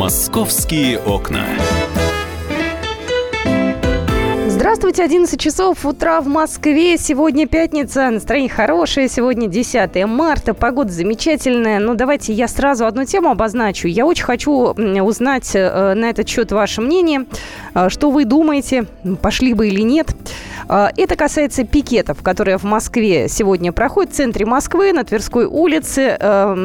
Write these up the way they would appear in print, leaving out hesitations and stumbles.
«Московские окна». Здравствуйте, 11 часов утра в Москве. Сегодня пятница, настроение хорошее. Сегодня 10 марта, погода замечательная. Но давайте я сразу одну тему обозначу. Я очень хочу узнать на этот счет ваше мнение. Что вы думаете, пошли бы или нет? Это касается пикетов, которые в Москве сегодня проходят. В центре Москвы, на Тверской улице.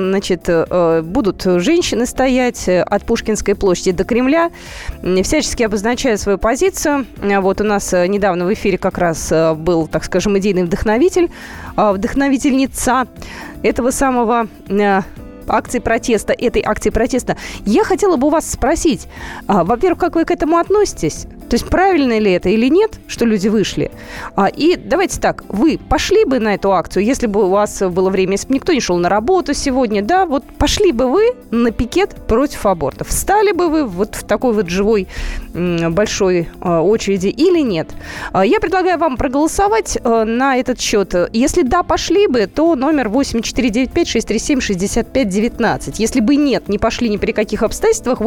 Будут женщины стоять от Пушкинской площади до Кремля, всячески обозначая свою позицию. Вот у нас недавно в эфире как раз был, так скажем, идейный вдохновительница этого самого этой акции протеста. Я хотела бы у вас спросить, во-первых, как вы к этому относитесь? То есть правильно ли это или нет, что люди вышли? И давайте так, вы пошли бы на эту акцию, если бы у вас было время, если бы никто не шел на работу сегодня, да, вот пошли бы вы на пикет против абортов? Встали бы вы вот в такой вот живой большой очереди или нет? Я предлагаю вам проголосовать на этот счет. Если да, пошли бы, то номер 8495-637-6519. Если бы нет, не пошли ни при каких обстоятельствах,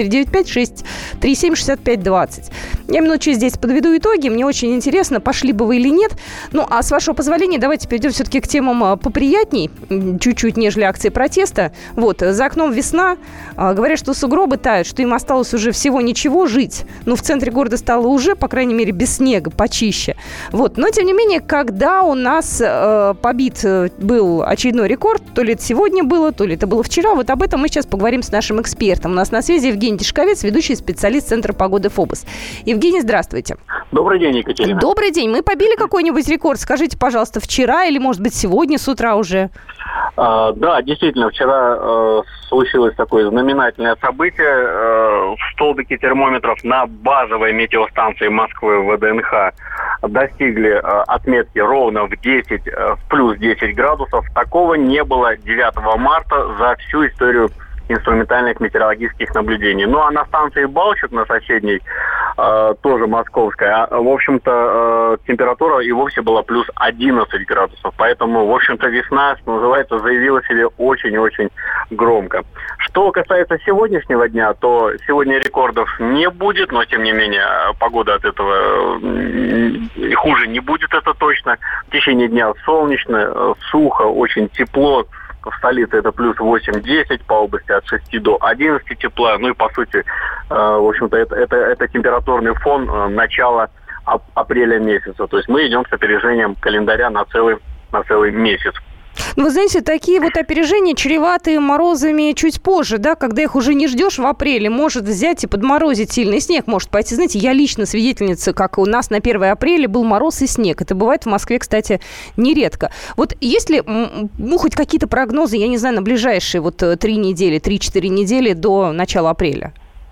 8495-637-6520. Я минут через 10 подведу итоги. Мне очень интересно, пошли бы вы или нет. Ну, а с вашего позволения, давайте перейдем все-таки к темам поприятней, чуть-чуть, нежели акции протеста. Вот, за окном весна. Говорят, что сугробы тают, что им осталось уже всего ничего жить. Ну, в центре города стало уже, по крайней мере, без снега, почище. Вот, но, тем не менее, когда у нас побит был очередной рекорд, то ли это сегодня было, то ли это было вчера, вот об этом мы сейчас поговорим с нашим экспертом. У нас на связи Евгений Тишковец, ведущий специалист Центра погоды ФОБОС. Евгений, здравствуйте. Добрый день, Екатерина. Добрый день. Мы побили какой-нибудь рекорд? Скажите, пожалуйста, вчера или, может быть, сегодня с утра уже? Да, действительно, вчера случилось такое знаменательное событие. В столбике термометров на базовой метеостанции Москвы ВДНХ достигли отметки ровно в 10, в плюс 10 градусов. Такого не было 9 марта за всю историю инструментальных метеорологических наблюдений. Ну, а на станции Балчуг, на соседней, тоже московская, в общем-то, температура и вовсе была плюс 11 градусов. Поэтому, в общем-то, весна, что называется, заявила себе очень-очень громко. Что касается сегодняшнего дня, то сегодня рекордов не будет, но, тем не менее, погода от этого хуже не будет, это точно. В течение дня солнечно, сухо, очень тепло. В столице это плюс 8-10, по области от 6 до 11 тепла. Ну и, по сути, в общем-то, это температурный фон начала апреля месяца. То есть мы идем с опережением календаря на целый месяц. Ну, вы знаете, такие вот опережения чреваты морозами чуть позже, да, когда их уже не ждешь в апреле, может взять и подморозить сильный снег, может пойти. Знаете, я лично свидетельница, как у нас на 1 апреля был мороз и снег. Это бывает в Москве, кстати, нередко. Вот есть ли, хоть какие-то прогнозы, я не знаю, на ближайшие вот 3-4 недели до начала апреля?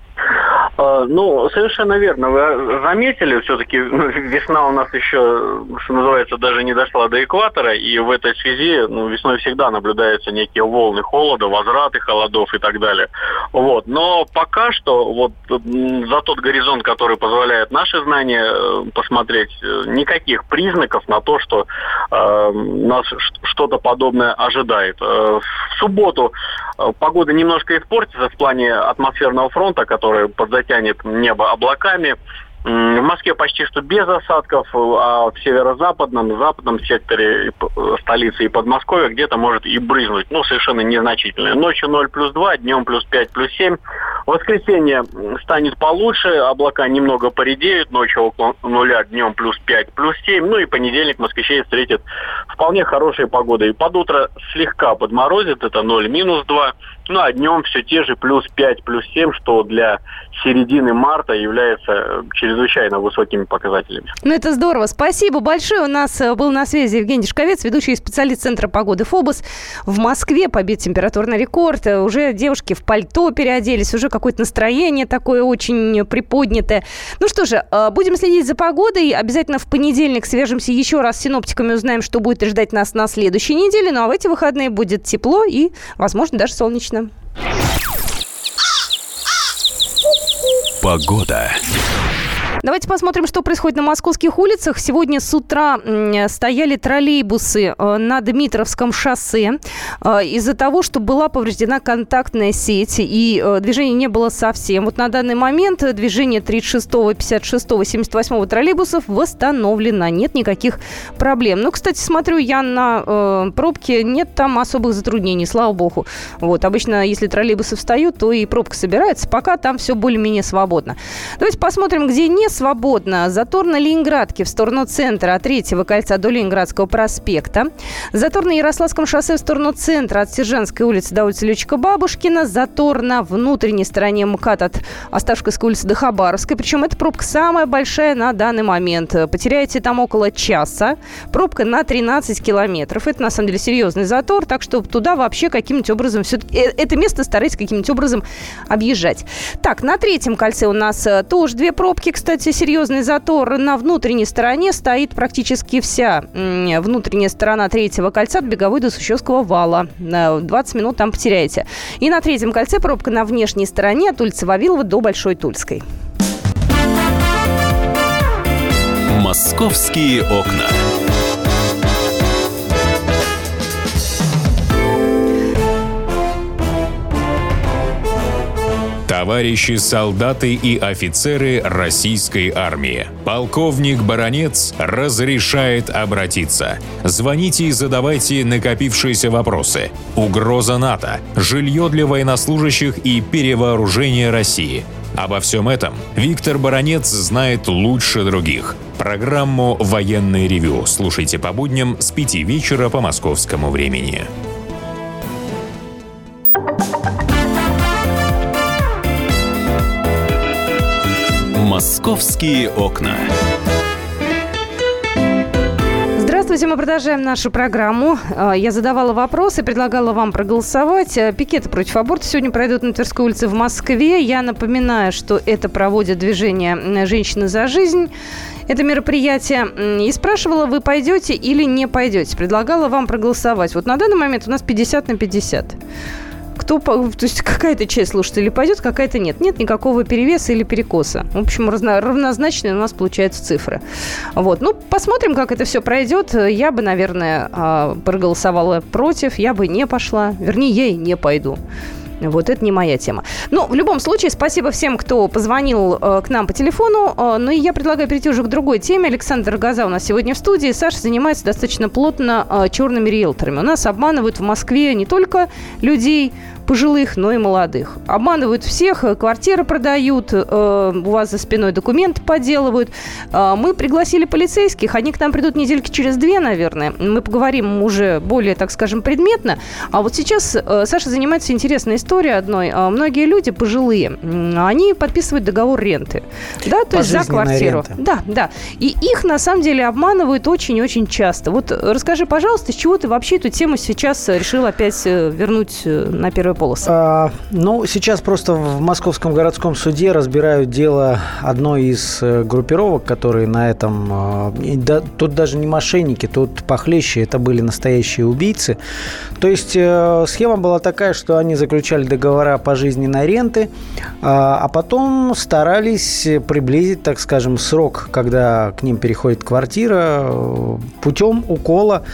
Ну, совершенно верно. Вы заметили, все-таки весна у нас еще, что называется, даже не дошла до экватора, и в этой связи весной всегда наблюдаются некие волны холода, возвраты холодов и так далее. Вот. Но пока что вот за тот горизонт, который позволяет наши знания посмотреть, никаких признаков на то, что нас что-то подобное ожидает. В субботу погода немножко испортится в плане атмосферного фронта, который подзатянет небо облаками. В Москве почти что без осадков, а в западном секторе столицы и Подмосковья где-то может и брызнуть, совершенно незначительно. Ночью 0 плюс 2, днем плюс 5, плюс 7. В воскресенье станет получше, облака немного поредеют, ночью около 0, днем плюс 5, плюс 7. Ну и понедельник москвичей встретит вполне хорошей погодой. И под утро слегка подморозит, это 0, минус 2. Ну а днем все те же плюс 5, плюс 7, что для середины марта является чрезвычайно высокими показателями. Ну это здорово. Спасибо большое. У нас был на связи Евгений Тишковец, ведущий специалист Центра погоды ФОБОС. В Москве побит температурный рекорд. Уже девушки в пальто переоделись, уже какое-то настроение такое очень приподнятое. Ну что же, будем следить за погодой. Обязательно в понедельник свяжемся еще раз с синоптиками, узнаем, что будет ждать нас на следующей неделе. Ну а в эти выходные будет тепло и, возможно, даже солнечно. Погода. Давайте посмотрим, что происходит на московских улицах. Сегодня с утра стояли троллейбусы на Дмитровском шоссе из-за того, что была повреждена контактная сеть и движения не было совсем. Вот на данный момент движение 36-го, 56-го, 78-го троллейбусов восстановлено. Нет никаких проблем. Ну, кстати, смотрю я на пробки, нет там особых затруднений, слава богу. Вот, обычно, если троллейбусы встают, то и пробка собирается. Пока там все более-менее свободно. Давайте посмотрим, где не свободно. Затор на Ленинградке в сторону центра от 3-го кольца до Ленинградского проспекта. Затор на Ярославском шоссе в сторону центра от Сержантской улицы до улицы Летчика-Бабушкина. Затор на внутренней стороне МКАД от Осташковской улицы до Хабаровской. Причем эта пробка самая большая на данный момент. Потеряете там около часа. Пробка на 13 километров. Это, на самом деле, серьезный затор. Так что туда вообще каким-нибудь образом... Это место старайтесь каким-нибудь образом объезжать. Так, на 3-м кольце у нас тоже 2 пробки. Кстати, серьезный затор. На внутренней стороне стоит практически вся внутренняя сторона 3-го кольца от Беговой до Сущевского вала. 20 минут там потеряете. И на 3-м кольце пробка на внешней стороне от улицы Вавилова до Большой Тульской. «Московские окна». Товарищи солдаты и офицеры российской армии. Полковник Баранец разрешает обратиться. Звоните и задавайте накопившиеся вопросы. Угроза НАТО, жилье для военнослужащих и перевооружение России. Обо всем этом Виктор Баранец знает лучше других. Программу «Военное ревю» слушайте по будням с 5 вечера по московскому времени. «Московские окна». Здравствуйте, мы продолжаем нашу программу. Я задавала вопросы, предлагала вам проголосовать. Пикеты против аборта сегодня пройдут на Тверской улице в Москве. Я напоминаю, что это проводит движение «Женщины за жизнь». Это мероприятие. И спрашивала, вы пойдете или не пойдете. Предлагала вам проголосовать. Вот на данный момент у нас 50/50. То есть какая-то часть слушателей пойдет, какая-то нет. Нет никакого перевеса или перекоса. В общем, равнозначные у нас получаются цифры. Вот. Ну, посмотрим, как это все пройдет. Я бы, наверное, проголосовала против. Я бы не пошла. Вернее, я и не пойду. Вот, это не моя тема. Но в любом случае, спасибо всем, кто позвонил к нам по телефону. Ну и я предлагаю перейти уже к другой теме. Александр Гоза у нас сегодня в студии. Саша занимается достаточно плотно черными риэлторами. У нас обманывают в Москве не только людей пожилых, но и молодых. Обманывают всех, квартиры продают, у вас за спиной документы подделывают. Мы пригласили полицейских, они к нам придут недельки через 2, наверное. Мы поговорим уже более, так скажем, предметно. А вот сейчас Саша занимается интересной историей одной. Многие люди пожилые, они подписывают договор ренты. Да, то есть за квартиру. Рента. Да. И их, на самом деле, обманывают очень-очень часто. Вот расскажи, пожалуйста, с чего ты вообще эту тему сейчас решил опять вернуть на первый полос? Ну, сейчас просто в Московском городском суде разбирают дело одной из группировок, которые на этом... Тут даже не мошенники, тут похлеще, это были настоящие убийцы. То есть схема была такая, что они заключали договора пожизненной ренты, а потом старались приблизить, так скажем, срок, когда к ним переходит квартира, путем укола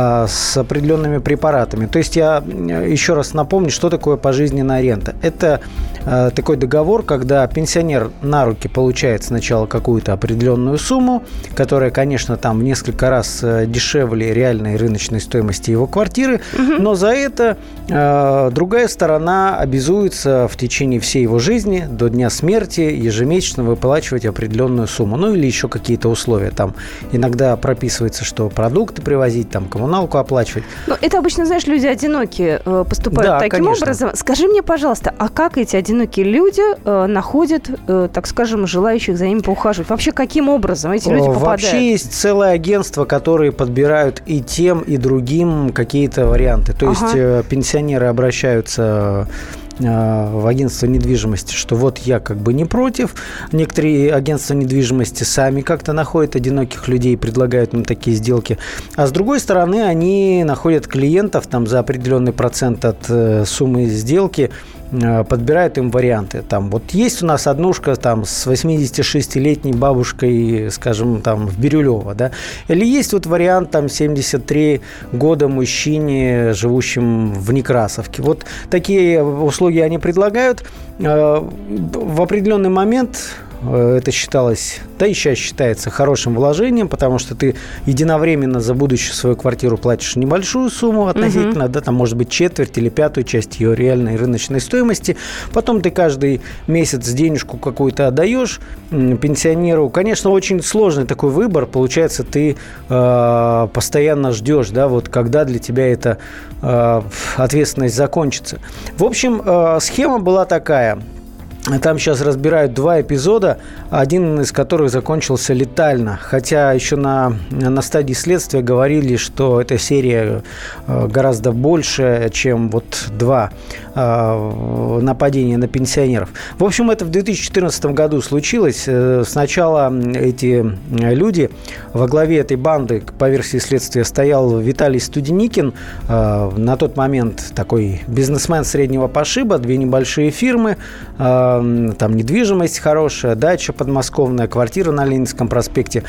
с определенными препаратами. То есть я еще раз напомню, что такое пожизненная рента. Это такой договор, когда пенсионер на руки получает сначала какую-то определенную сумму, которая, конечно, там в несколько раз дешевле реальной рыночной стоимости его квартиры, но за это другая сторона обязуется в течение всей его жизни до дня смерти ежемесячно выплачивать определенную сумму. Ну или еще какие-то условия. Там иногда прописывается, что продукты привозить, там коммуналку оплачивать. Но это обычно, знаешь, люди одинокие поступают таким конечно. Образом. Скажи мне, пожалуйста, а как эти одинокие люди находят, так скажем, желающих за ними поухаживать? Вообще, каким образом эти люди попадают? Вообще есть целое агентство, которые подбирают и тем, и другим какие-то варианты. То есть пенсионеры обращаются в агентство недвижимости, что вот я как бы не против. Некоторые агентства недвижимости сами как-то находят одиноких людей, предлагают им такие сделки. А с другой стороны, они находят клиентов там за определенный процент от суммы сделки, подбирают им варианты. Там вот есть у нас однушка там с 86-летней бабушкой, скажем, там в Бирюлево, да, или есть вот вариант там 73 года мужчине, живущим в Некрасовке. Вот такие услуги они предлагают. В определенный момент это считалось, да и сейчас считается, хорошим вложением, потому что ты единовременно за будущую свою квартиру платишь небольшую сумму относительно, да, там может быть четверть или пятую часть ее реальной рыночной стоимости. Потом ты каждый месяц денежку какую-то отдаешь пенсионеру. Конечно, очень сложный такой выбор. Получается, ты постоянно ждешь, да, вот когда для тебя эта ответственность закончится. В общем, схема была такая. Там сейчас разбирают 2 эпизода, один из которых закончился летально. Хотя еще на стадии следствия говорили, что эта серия гораздо больше, чем вот 2 нападения на пенсионеров. В общем, это в 2014 году случилось. Сначала эти люди, во главе этой банды, по версии следствия, стоял Виталий Студеникин, на тот момент такой бизнесмен среднего пошиба, 2 небольшие фирмы, там недвижимость хорошая, дача подмосковная, квартира на Ленинском проспекте.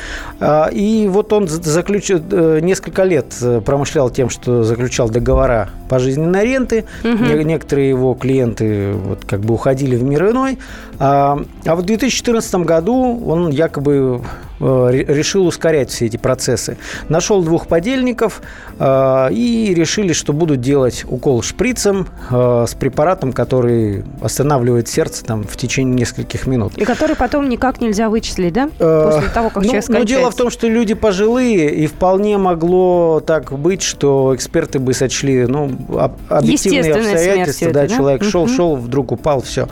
И вот он несколько лет промышлял тем, что заключал договора пожизненной ренты. Некоторые его клиенты вот как бы уходили в мир иной. А в 2014 году он якобы решил ускорять все эти процессы. Нашел 2 подельников и решили, что будут делать укол шприцем с препаратом, который останавливает сердце там, в течение нескольких минут. И который потом никак нельзя вычислить, да? После того, как человек скончается. Но дело в том, что люди пожилые, и вполне могло так быть, что эксперты бы сочли объективные обстоятельства. Да, человек шел, вдруг упал, все.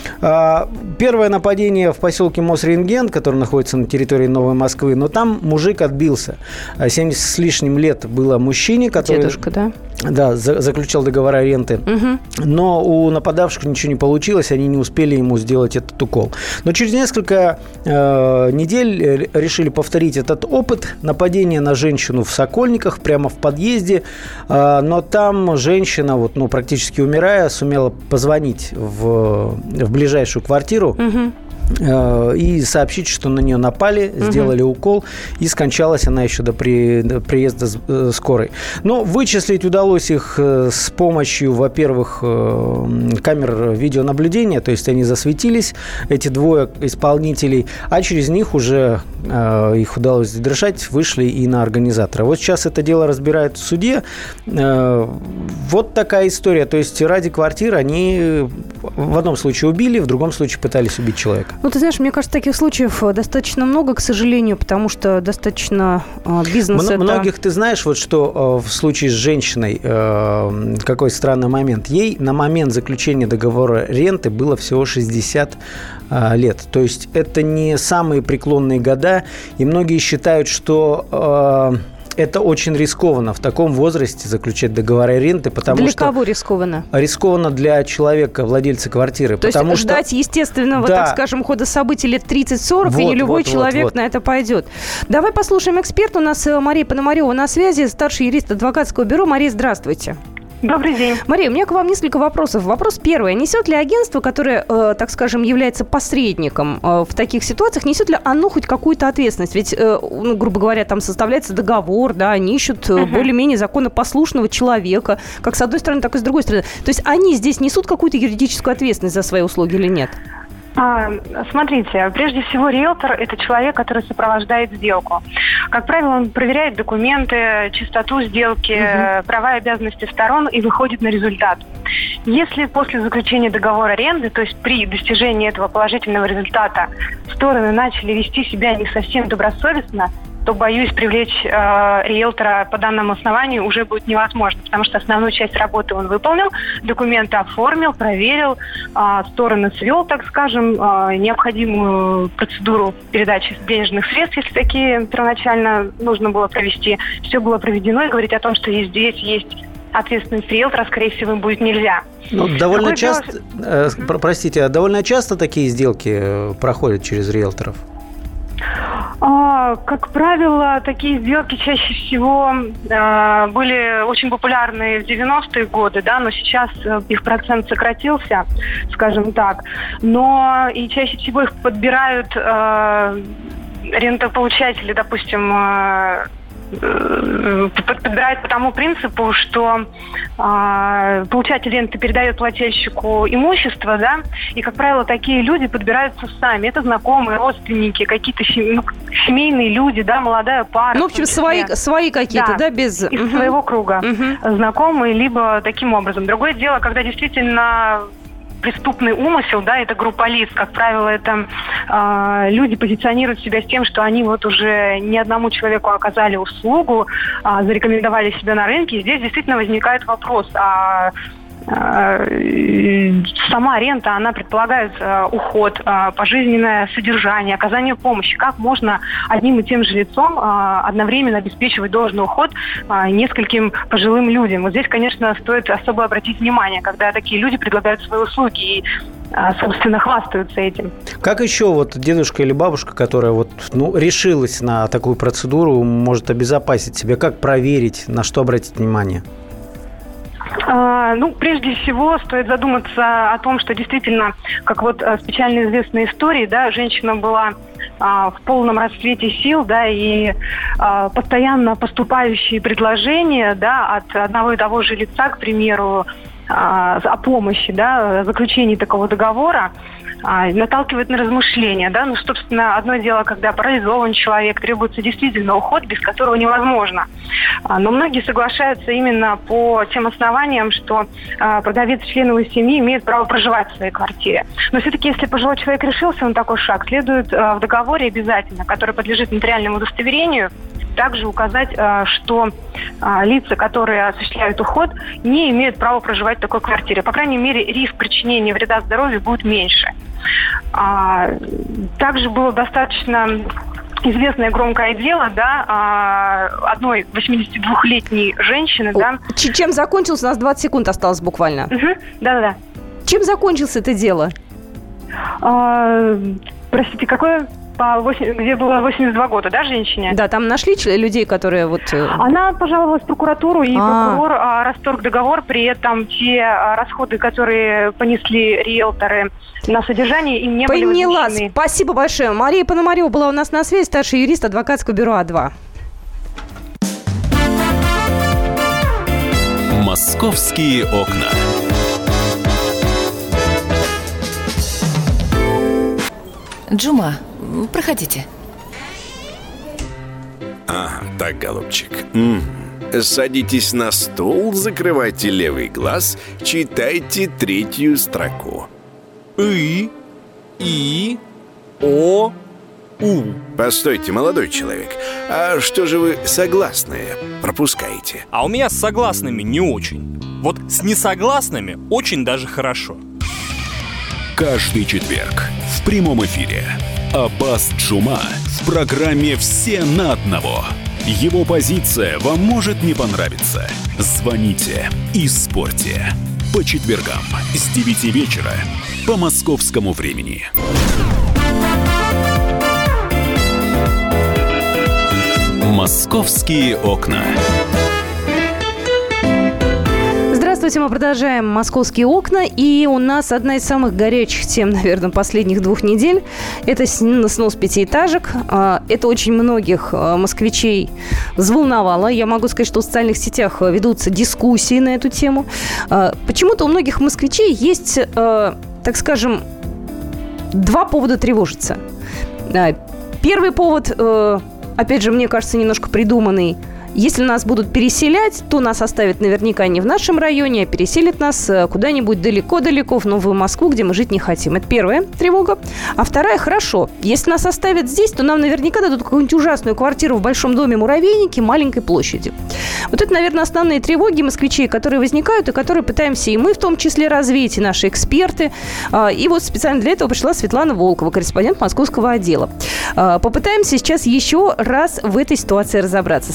Первое нападение в поселке Мосрентген, который находится на территории Новой Москвы, но там мужик отбился. 70 с лишним лет было мужчине, который... Дедушка, да? Да, заключал договора ренты. Но у нападавших ничего не получилось, они не успели ему сделать этот укол. Но через несколько недель решили повторить этот опыт нападения на женщину в Сокольниках, прямо в подъезде. Но там женщина, практически умирая, сумела позвонить в ближайшую квартиру, и сообщить, что на нее напали, сделали укол, и скончалась она еще до приезда скорой. Но вычислить удалось их с помощью, во-первых, камер видеонаблюдения, то есть они засветились, эти 2 исполнителей, а через них уже их удалось задержать, вышли и на организатора. Вот сейчас это дело разбирают в суде. Вот такая история. То есть ради квартиры они в одном случае убили, в другом случае пытались убить человека. Ты знаешь, мне кажется, таких случаев достаточно много, к сожалению, потому что достаточно бизнес Многих, ты знаешь, вот что в случае с женщиной, какой странный момент. Ей на момент заключения договора ренты было всего 60 лет. То есть это не самые преклонные года, и многие считают, что... Это очень рискованно в таком возрасте заключать договоры ренты, потому для что... Для кого рискованно? Рискованно для человека, владельца квартиры. То есть ждать естественного, так скажем, хода событий лет 30-40, и любой человек на это пойдет. Давай послушаем эксперта. У нас Мария Пономарева на связи, старший юрист адвокатского бюро. Мария, здравствуйте. Добрый день. Мария, у меня к вам несколько вопросов. Вопрос первый. Несет ли агентство, которое, так скажем, является посредником в таких ситуациях, несет ли оно хоть какую-то ответственность? Ведь, грубо говоря, там составляется договор, да, они ищут более-менее законопослушного человека, как с одной стороны, так и с другой стороны. То есть они здесь несут какую-то юридическую ответственность за свои услуги или нет? Смотрите, прежде всего риэлтор – это человек, который сопровождает сделку. Как правило, он проверяет документы, чистоту сделки, права и обязанности сторон и выходит на результат. Если после заключения договора аренды, то есть при достижении этого положительного результата, стороны начали вести себя не совсем добросовестно, то, боюсь, привлечь риэлтора по данному основанию уже будет невозможно, потому что основную часть работы он выполнил, документы оформил, проверил, стороны свел, так скажем, необходимую процедуру передачи денежных средств, если такие первоначально нужно было провести. Все было проведено, и говорить о том, что здесь есть ответственность риэлтора, скорее всего, им будет нельзя. Довольно часто, довольно часто такие сделки проходят через риэлторов? Как правило, такие сделки чаще всего были очень популярны в 90-е годы, да, но сейчас их процент сократился, скажем так. Но и чаще всего их подбирают рентополучатели, допустим, подбирают по тому принципу, что получатель ренты передает плательщику имущество, да, и, как правило, такие люди подбираются сами. Это знакомые, родственники, какие-то семейные люди, да, молодая пара. Ну, в общем, свои какие-то, да, без... из своего круга. Знакомые, либо таким образом. Другое дело, когда действительно... преступный умысел, да, это группа лиц. Как правило, это люди позиционируют себя с тем, что они вот уже не одному человеку оказали услугу, зарекомендовали себя на рынке. И здесь действительно возникает вопрос, сама рента, она предполагает уход, пожизненное содержание, оказание помощи. Как можно одним и тем же лицом одновременно обеспечивать должный уход нескольким пожилым людям? Вот здесь, конечно, стоит особо обратить внимание, когда такие люди предлагают свои услуги и, собственно, хвастаются этим. Как еще вот дедушка или бабушка, которая вот, решилась на такую процедуру, может обезопасить себя? Как проверить, на что обратить внимание? Прежде всего, стоит задуматься о том, что действительно, как вот с печально известной историей, да, женщина была в полном расцвете сил, да, и постоянно поступающие предложения, да, от одного и того же лица, к примеру, о помощи, да, заключении такого договора, наталкивает на размышления, да, собственно, одно дело, когда парализован человек, требуется действительно уход, без которого невозможно. Но многие соглашаются именно по тем основаниям, что продавец член его семьи имеет право проживать в своей квартире. Но все-таки, если пожилой человек решился на такой шаг, следует в договоре обязательно, который подлежит нотариальному удостоверению, также указать, что лица, которые осуществляют уход, не имеют права проживать в такой квартире. По крайней мере, риск причинения вреда здоровью будет меньше. Также было достаточно известное громкое дело, да, одной 82-летней женщины, да. Чем закончился? У нас 20 секунд осталось буквально. Да-да-да. Чем закончилось это дело? Простите, какое? Где было 82 года, да, женщине? Да, там нашли людей, которые вот... Она пожаловалась в прокуратуру, и прокурор расторг договор, при этом те расходы, которые понесли риэлторы на содержание, им не были возмещены. Спасибо большое. Мария Пономарева была у нас на связи, старший юрист адвокатского бюро А2. Московские окна. Джума, проходите. Так, голубчик. Садитесь на стул, закрывайте левый глаз, читайте третью строку. У. Постойте, молодой человек, а что же вы согласные пропускаете? А у меня с согласными не очень. Вот с несогласными очень даже хорошо. Каждый четверг в прямом эфире Аббас Джума в программе «Все на одного». Его позиция вам может не понравиться. Звоните и спорьте. По четвергам с 9 вечера по московскому времени. «Московские окна». Здравствуйте, мы продолжаем «Московские окна», и у нас одна из самых горячих тем, наверное, последних 2 недель – это снос пятиэтажек. Это очень многих москвичей взволновало. Я могу сказать, что в социальных сетях ведутся дискуссии на эту тему. Почему-то у многих москвичей есть, так скажем, 2 повода тревожиться. Первый повод, опять же, мне кажется, немножко придуманный. Если нас будут переселять, то нас оставят наверняка не в нашем районе, а переселят нас куда-нибудь далеко-далеко в Новую Москву, где мы жить не хотим. Это первая тревога. А вторая, хорошо, если нас оставят здесь, то нам наверняка дадут какую-нибудь ужасную квартиру в большом доме муравейники маленькой площади. Вот это, наверное, основные тревоги москвичей, которые возникают и которые пытаемся и мы в том числе развеять, и наши эксперты. И вот специально для этого пришла Светлана Волкова, корреспондент московского отдела. Попытаемся сейчас еще раз в этой ситуации разобраться. Света, здравствуйте.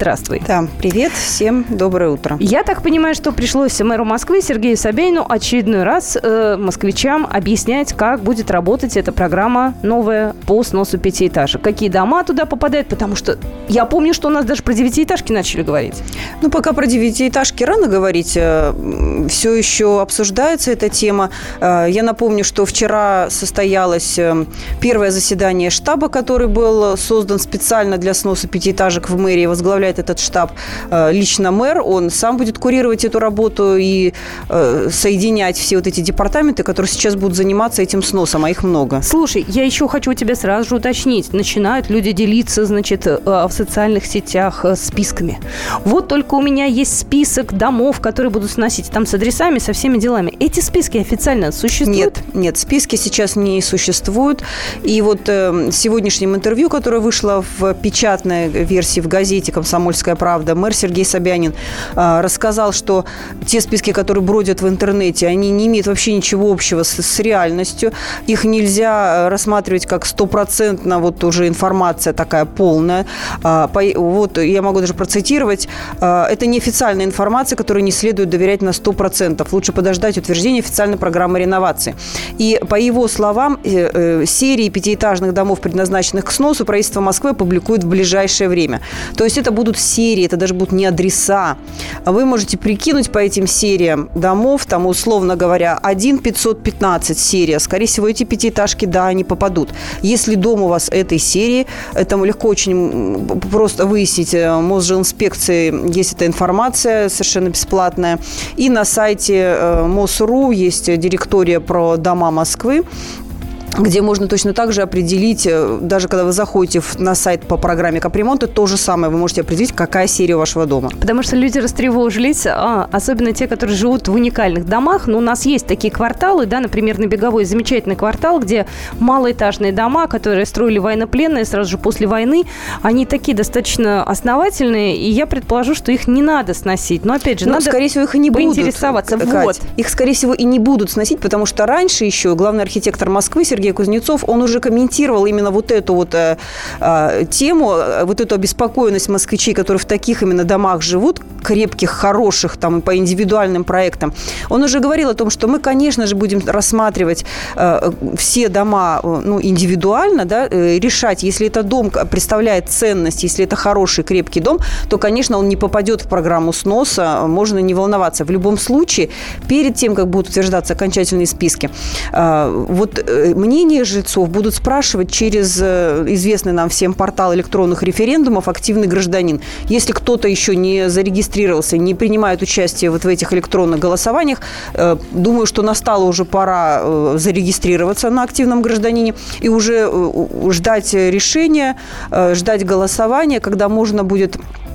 здравствуй. Да, привет, всем доброе утро. Я так понимаю, что пришлось мэру Москвы Сергею Собянину очередной раз москвичам объяснять, как будет работать эта программа новая по сносу пятиэтажек. Какие дома туда попадают, потому что я помню, что у нас даже про девятиэтажки начали говорить. Ну, пока про девятиэтажки рано говорить, все еще обсуждается эта тема. Я напомню, что вчера состоялось первое заседание штаба, который был создан специально для сноса пятиэтажек в мэрии. Возглавляет этот штаб лично мэр. Он сам будет курировать эту работу и соединять все вот эти департаменты, которые сейчас будут заниматься этим сносом, а их много. Слушай, я еще хочу у тебя сразу же уточнить. Начинают люди делиться, значит, в социальных сетях списками. Вот только у меня есть список домов, которые будут сносить. Там с адресами, со всеми делами. Эти списки официально существуют? Нет, списки сейчас не существуют. И вот в сегодняшнем интервью, которое вышло в печатной версии в газете «Комсомольская правда», мэр Сергей Собянин рассказал, что те списки, которые бродят в интернете, они не имеют вообще ничего общего с реальностью. Их нельзя рассматривать как стопроцентно вот уже информация такая полная. Вот я могу даже процитировать. Это неофициальная информация, которой не следует доверять на 100%. Лучше подождать утверждения официальной программы реновации. И по его словам, серии пятиэтажных домов, предназначенных к сносу, правительство Москвы опубликует в ближайшее время. То есть это будут серии, это даже будут не адреса. Вы можете прикинуть по этим сериям домов, там, условно говоря, 1-515 серия. Скорее всего, эти пятиэтажки, да, они попадут. Если дом у вас этой серии, это легко очень просто выяснить. Мосжилинспекции есть эта информация совершенно бесплатная. И на сайте МОСРУ есть директория про дома Москвы, где можно точно так же определить, даже когда вы заходите на сайт по программе капремонта, то же самое, вы можете определить, какая серия вашего дома. Потому что люди растревожились, особенно те, которые живут в уникальных домах. Но у нас есть такие кварталы, да, например, на Беговой замечательный квартал, где малоэтажные дома, которые строили военнопленные сразу же после войны, они такие достаточно основательные, и я предположу, что их не надо сносить. Но, опять же, надо скорее всего, их и не поинтересоваться. Будут, Кать, их, скорее всего, и не будут сносить, потому что раньше еще главный архитектор Москвы Сергей Кузнецов, он уже комментировал именно вот эту вот тему, вот эту обеспокоенность москвичей, которые в таких именно домах живут, крепких, хороших, там, и по индивидуальным проектам. Он уже говорил о том, что мы, конечно же, будем рассматривать все дома индивидуально, да, решать, если этот дом представляет ценность, если это хороший, крепкий дом, то, конечно, он не попадет в программу сноса, можно не волноваться. В любом случае, перед тем, как будут утверждаться окончательные списки, вот мнение жильцов будут спрашивать через известный нам всем портал электронных референдумов «Активный гражданин». Если кто-то еще не зарегистрировался, не принимает участие вот в этих электронных голосованиях, думаю, что настала уже пора зарегистрироваться на «Активном гражданине» и уже ждать решения, ждать голосования, когда можно будет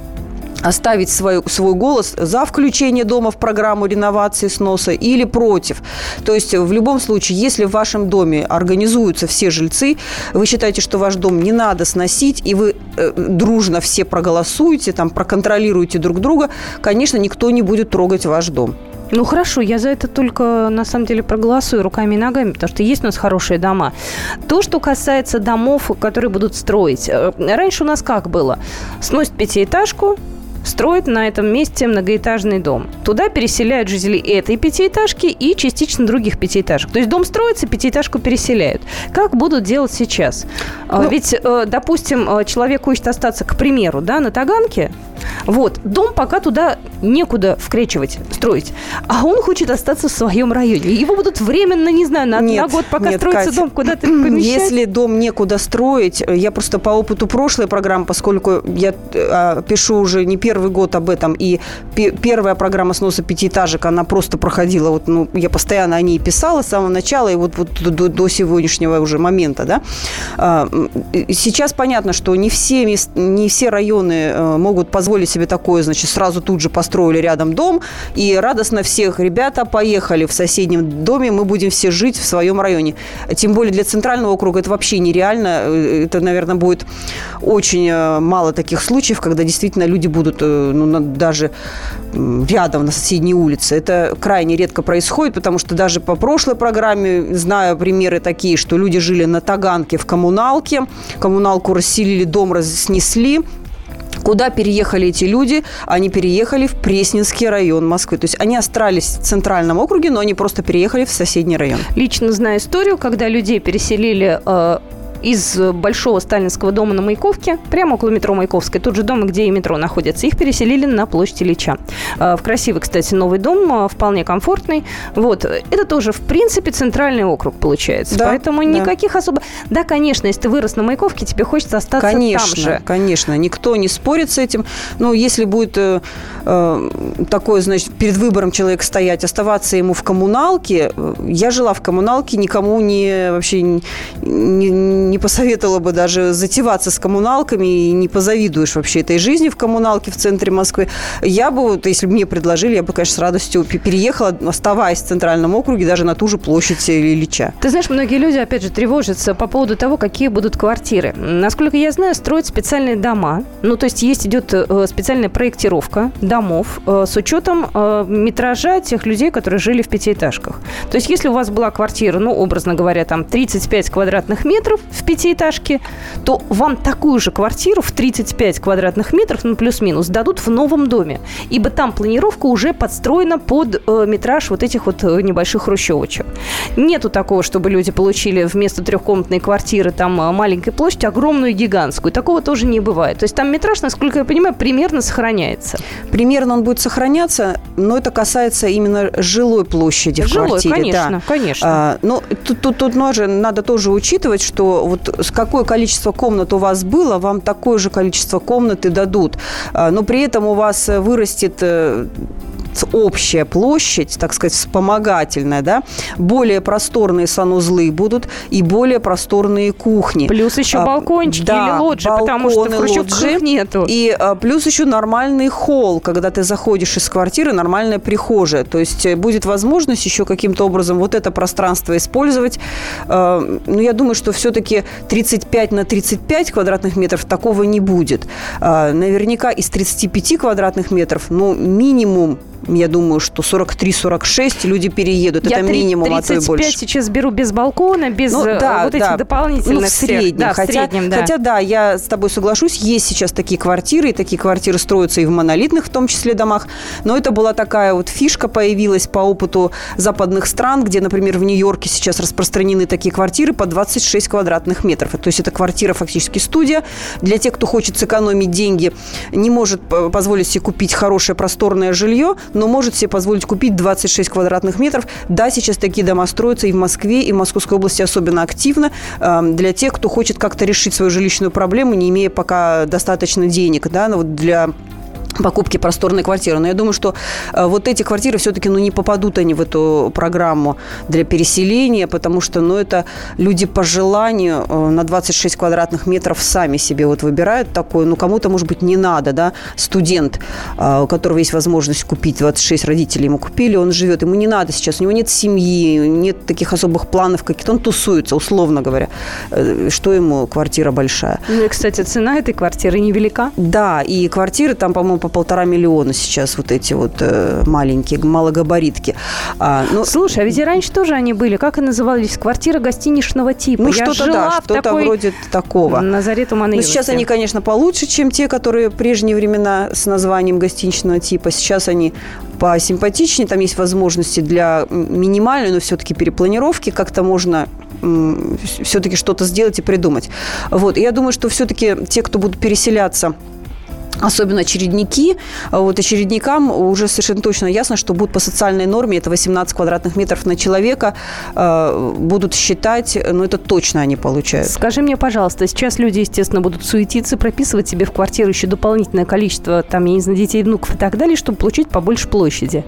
оставить свой голос за включение дома в программу реновации, сноса или против. То есть в любом случае, если в вашем доме организуются все жильцы, вы считаете, что ваш дом не надо сносить, и вы дружно все проголосуете, там, проконтролируете друг друга, конечно, никто не будет трогать ваш дом. Ну, хорошо, я за это только, на самом деле, проголосую руками и ногами, потому что есть у нас хорошие дома. То, что касается домов, которые будут строить. Раньше у нас как было? Сносят пятиэтажку, строят на этом месте многоэтажный дом. Туда переселяют жителей этой пятиэтажки и частично других пятиэтажек. То есть дом строится, пятиэтажку переселяют. Как будут делать сейчас? Ведь, допустим, человек хочет остаться, к примеру, да, на Таганке. Вот, дом пока туда некуда вкречивать, строить. А он хочет остаться в своем районе. Его будут временно, не знаю, на год, пока строится Кать, дом, куда-то помещать. Если дом некуда строить, я просто по опыту прошлой программы, поскольку я пишу уже не первый год об этом, и первая программа сноса пятиэтажек, она просто проходила, я постоянно о ней писала с самого начала и вот до сегодняшнего уже момента, да. Сейчас понятно, что не все районы могут позволить себе такое, значит, сразу тут же построили рядом дом, и радостно всех: ребята, поехали в соседнем доме, мы будем все жить в своем районе. Тем более для центрального округа это вообще нереально. Это, наверное, будет очень мало таких случаев, когда действительно люди будут даже рядом на соседней улице. Это крайне редко происходит, потому что даже по прошлой программе знаю примеры такие, что люди жили на Таганке в коммуналке, коммуналку расселили, дом снесли, Куда переехали эти люди? Они переехали в Пресненский район Москвы. То есть они остались в центральном округе, но они просто переехали в соседний район. Лично знаю историю, когда людей переселили из большого сталинского дома на Маяковке, прямо около метро Маяковской, тот же дом, где и метро находится. Их переселили на площадь Ильича. В красивый, кстати, новый дом, вполне комфортный. Вот. Это тоже, в принципе, центральный округ получается. Да, поэтому никаких особо... Да, конечно, если ты вырос на Маяковке, тебе хочется остаться там же. Конечно, никто не спорит с этим. Но если будет такое, значит, перед выбором человек стоять, оставаться ему в коммуналке, я жила в коммуналке, никому вообще не посоветовала бы даже затеваться с коммуналками, и не позавидуешь вообще этой жизни в коммуналке в центре Москвы. Я бы, если бы мне предложили, я бы, конечно, с радостью переехала, оставаясь в центральном округе, даже на ту же площадь Ильича. Ты знаешь, многие люди, опять же, тревожатся по поводу того, какие будут квартиры. Насколько я знаю, строят специальные дома. Ну, то есть идет специальная проектировка домов с учетом метража тех людей, которые жили в пятиэтажках. То есть если у вас была квартира, ну, образно говоря, там 35 квадратных метров в пятиэтажке, то вам такую же квартиру в 35 квадратных метров, ну, плюс-минус, дадут в новом доме. Ибо там планировка уже подстроена под метраж вот этих вот небольших хрущевочек. Нету такого, чтобы люди получили вместо трехкомнатной квартиры там маленькой площадь огромную гигантскую. Такого тоже не бывает. То есть там метраж, насколько я понимаю, примерно сохраняется. Примерно он будет сохраняться, но это касается именно жилой площади в квартире. Конечно, да. Конечно. Но тут надо тоже учитывать, что вот какое количество комнат у вас было, вам такое же количество комнат и дадут. Но при этом у вас вырастет общая площадь, так сказать, вспомогательная, да, более просторные санузлы будут и более просторные кухни. Плюс еще балкончики или лоджии, потому что в хрущевках нету. И плюс еще нормальный холл, когда ты заходишь из квартиры, нормальная прихожая. То есть будет возможность еще каким-то образом вот это пространство использовать. Но я думаю, что все-таки 35 на 35 квадратных метров такого не будет. Наверняка из 35 квадратных метров, ну, минимум, я думаю, что 43-46 люди переедут. Это минимум, а то и больше. 35 сейчас беру без балкона, без этих дополнительных... в среднем. Да, в среднем, да. Хотя, да, я с тобой соглашусь, есть сейчас такие квартиры, и такие квартиры строятся и в монолитных, в том числе, домах. Но это была такая вот фишка, появилась по опыту западных стран, где, например, в Нью-Йорке сейчас распространены такие квартиры по 26 квадратных метров. То есть это квартира фактически студия. Для тех, кто хочет сэкономить деньги, не может позволить себе купить хорошее просторное жилье, но может себе позволить купить 26 квадратных метров. Да, сейчас такие дома строятся и в Москве, и в Московской области особенно активно для тех, кто хочет как-то решить свою жилищную проблему, не имея пока достаточно денег, да, для покупки просторной квартиры. Но я думаю, что вот эти квартиры все-таки не попадут они в эту программу для переселения, потому что это люди по желанию на 26 квадратных метров сами себе вот выбирают такое. Кому-то, может быть, не надо, да, студент, у которого есть возможность купить 26, родители ему купили, он живет, ему не надо сейчас, у него нет семьи, нет таких особых планов каких-то, он тусуется, условно говоря. Что ему квартира большая? Ну и, кстати, цена этой квартиры невелика. Да, и квартиры там, по-моему, по 1,5 миллиона сейчас вот эти вот маленькие, малогабаритки. Слушай, а ведь и раньше тоже они были. Как и назывались? Квартира гостиничного типа. Что-то вроде такого. На заре туманной юности. Сейчас они, конечно, получше, чем те, которые в прежние времена с названием гостиничного типа. Сейчас они посимпатичнее. Там есть возможности для минимальной, но все-таки перепланировки. Как-то можно все-таки что-то сделать и придумать. Вот. И я думаю, что все-таки те, кто будут переселяться, особенно очередники, вот очередникам уже совершенно точно ясно, что будут по социальной норме, это 18 квадратных метров на человека, будут считать, это точно они получают. Скажи мне, пожалуйста, сейчас люди, естественно, будут суетиться, прописывать себе в квартиру еще дополнительное количество, там, я не знаю, детей, внуков и так далее, чтобы получить побольше площади.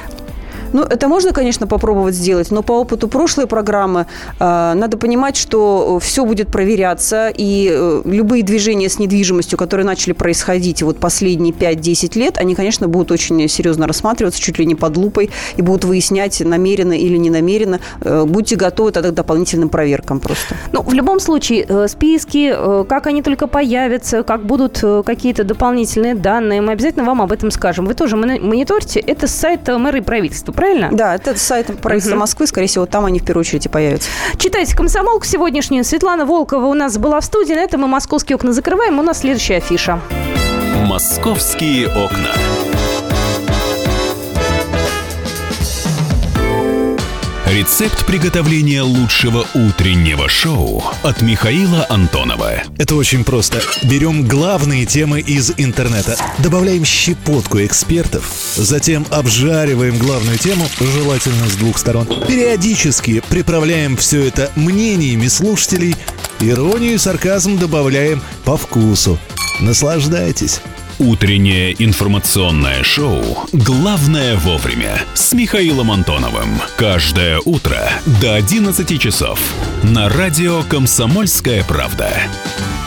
Это можно, конечно, попробовать сделать, но по опыту прошлой программы надо понимать, что все будет проверяться, и любые движения с недвижимостью, которые начали происходить вот последние 5-10 лет, они, конечно, будут очень серьезно рассматриваться, чуть ли не под лупой, и будут выяснять, намеренно или не намеренно. Будьте готовы тогда к дополнительным проверкам просто. В любом случае, списки, как они только появятся, как будут какие-то дополнительные данные, мы обязательно вам об этом скажем. Вы тоже мониторите. Это сайт мэра и правительства. Правильно? Да, это сайт правительства Москвы, скорее всего, там они в первую очередь и появятся. Читайте «Комсомолку» сегодняшнюю. Светлана Волкова у нас была в студии. На этом мы «Московские окна» закрываем. У нас следующая афиша. «Московские окна». Рецепт приготовления лучшего утреннего шоу от Михаила Антонова. Это очень просто. Берем главные темы из интернета, добавляем щепотку экспертов, затем обжариваем главную тему, желательно с двух сторон. Периодически приправляем все это мнениями слушателей, иронию и сарказм добавляем по вкусу. Наслаждайтесь. Утреннее информационное шоу «Главное вовремя» с Михаилом Антоновым. Каждое утро до 11 часов на радио «Комсомольская правда».